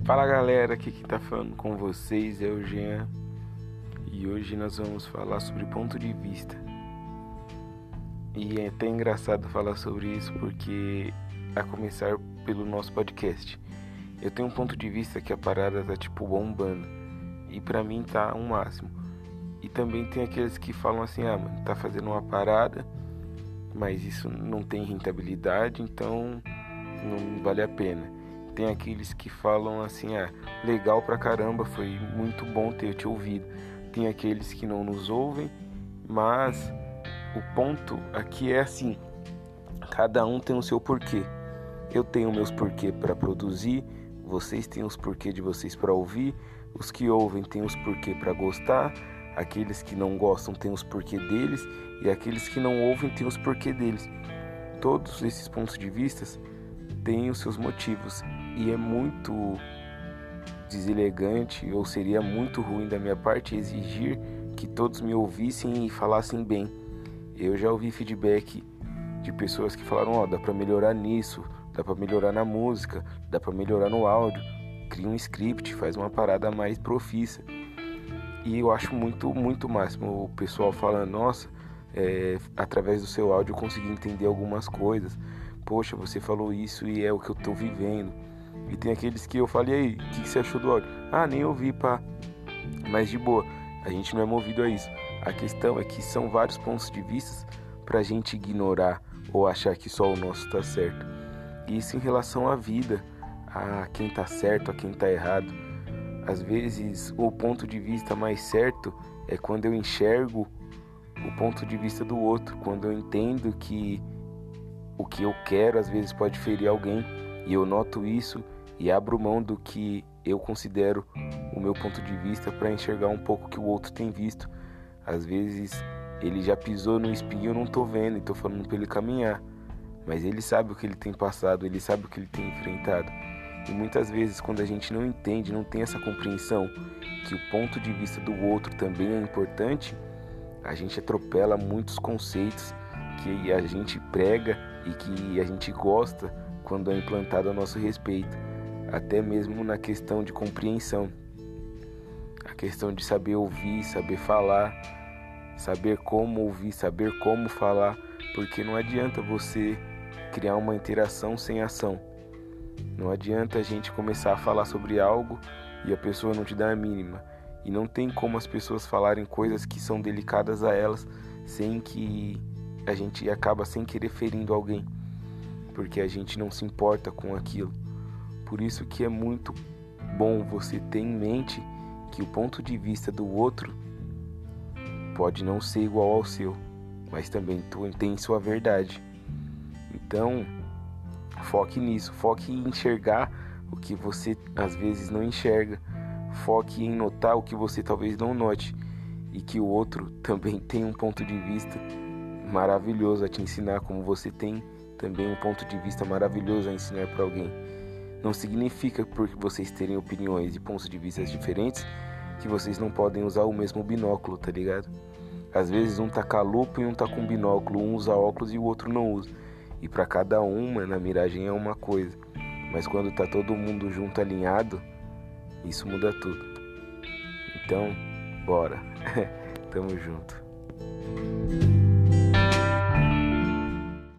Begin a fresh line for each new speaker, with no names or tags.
Fala galera, aqui quem tá falando com vocês é o Jean e hoje nós vamos falar sobre ponto de vista. E é até engraçado falar sobre isso porque, a começar pelo nosso podcast, eu tenho um ponto de vista que a parada tá tipo bombando e pra mim tá um máximo. E também tem aqueles que falam assim, mano, tá fazendo uma parada, mas isso não tem rentabilidade, então não vale a pena. Tem aqueles que falam assim, legal pra caramba, foi muito bom ter te ouvido. Tem aqueles que não nos ouvem, mas o ponto aqui é assim, cada um tem o seu porquê. Eu tenho meus porquê para produzir, vocês têm os porquê de vocês para ouvir, os que ouvem têm os porquê para gostar, aqueles que não gostam têm os porquê deles e aqueles que não ouvem têm os porquê deles. Todos esses pontos de vista têm os seus motivos e é muito deselegante ou seria muito ruim da minha parte exigir que todos me ouvissem e falassem bem. Eu já ouvi feedback de pessoas que falaram, dá pra melhorar nisso, dá pra melhorar na música, dá pra melhorar no áudio, cria um script, faz uma parada mais profissa. E eu acho muito máximo o pessoal falando, nossa, através do seu áudio eu consegui entender algumas coisas, poxa, você falou isso e é o que eu tô vivendo. E tem aqueles que eu falei, aí, o que você achou do áudio? Nem ouvi, pá. Mas de boa, a gente não é movido a isso. A questão é que são vários pontos de vista pra gente ignorar ou achar que só o nosso tá certo. E isso em relação à vida, a quem tá certo, a quem tá errado. Às vezes o ponto de vista mais certo é quando eu enxergo o ponto de vista do outro, quando eu entendo que o que eu quero às vezes pode ferir alguém e eu noto isso e abro mão do que eu considero o meu ponto de vista para enxergar um pouco que o outro tem visto. Às vezes ele já pisou no espinho e eu não tô vendo e tô falando para ele caminhar, mas ele sabe o que ele tem passado, ele sabe o que ele tem enfrentado. E muitas vezes quando a gente não entende, não tem essa compreensão que o ponto de vista do outro também é importante, a gente atropela muitos conceitos que a gente prega e que a gente gosta quando é implantado a nosso respeito, até mesmo na questão de compreensão, a questão de saber ouvir, saber falar, saber como ouvir, saber como falar, porque não adianta você criar uma interação sem ação. Não adianta a gente começar a falar sobre algo e a pessoa não te dá a mínima. E não tem como as pessoas falarem coisas que são delicadas a elas sem que a gente acaba sem querer ferindo alguém, porque a gente não se importa com aquilo. Por isso que é muito bom você ter em mente que o ponto de vista do outro pode não ser igual ao seu, mas também tem sua verdade. Então, foque nisso, foque em enxergar o que você às vezes não enxerga, foque em notar o que você talvez não note e que o outro também tem um ponto de vista maravilhoso a te ensinar, como você tem também um ponto de vista maravilhoso a ensinar para alguém. Não significa por vocês terem opiniões e pontos de vista diferentes que vocês não podem usar o mesmo binóculo, tá ligado? Às vezes um tá com a lupa e um tá com binóculo, um usa óculos e o outro não usa. E para cada uma, na miragem é uma coisa. Mas quando tá todo mundo junto, alinhado, isso muda tudo. Então, bora. Tamo junto.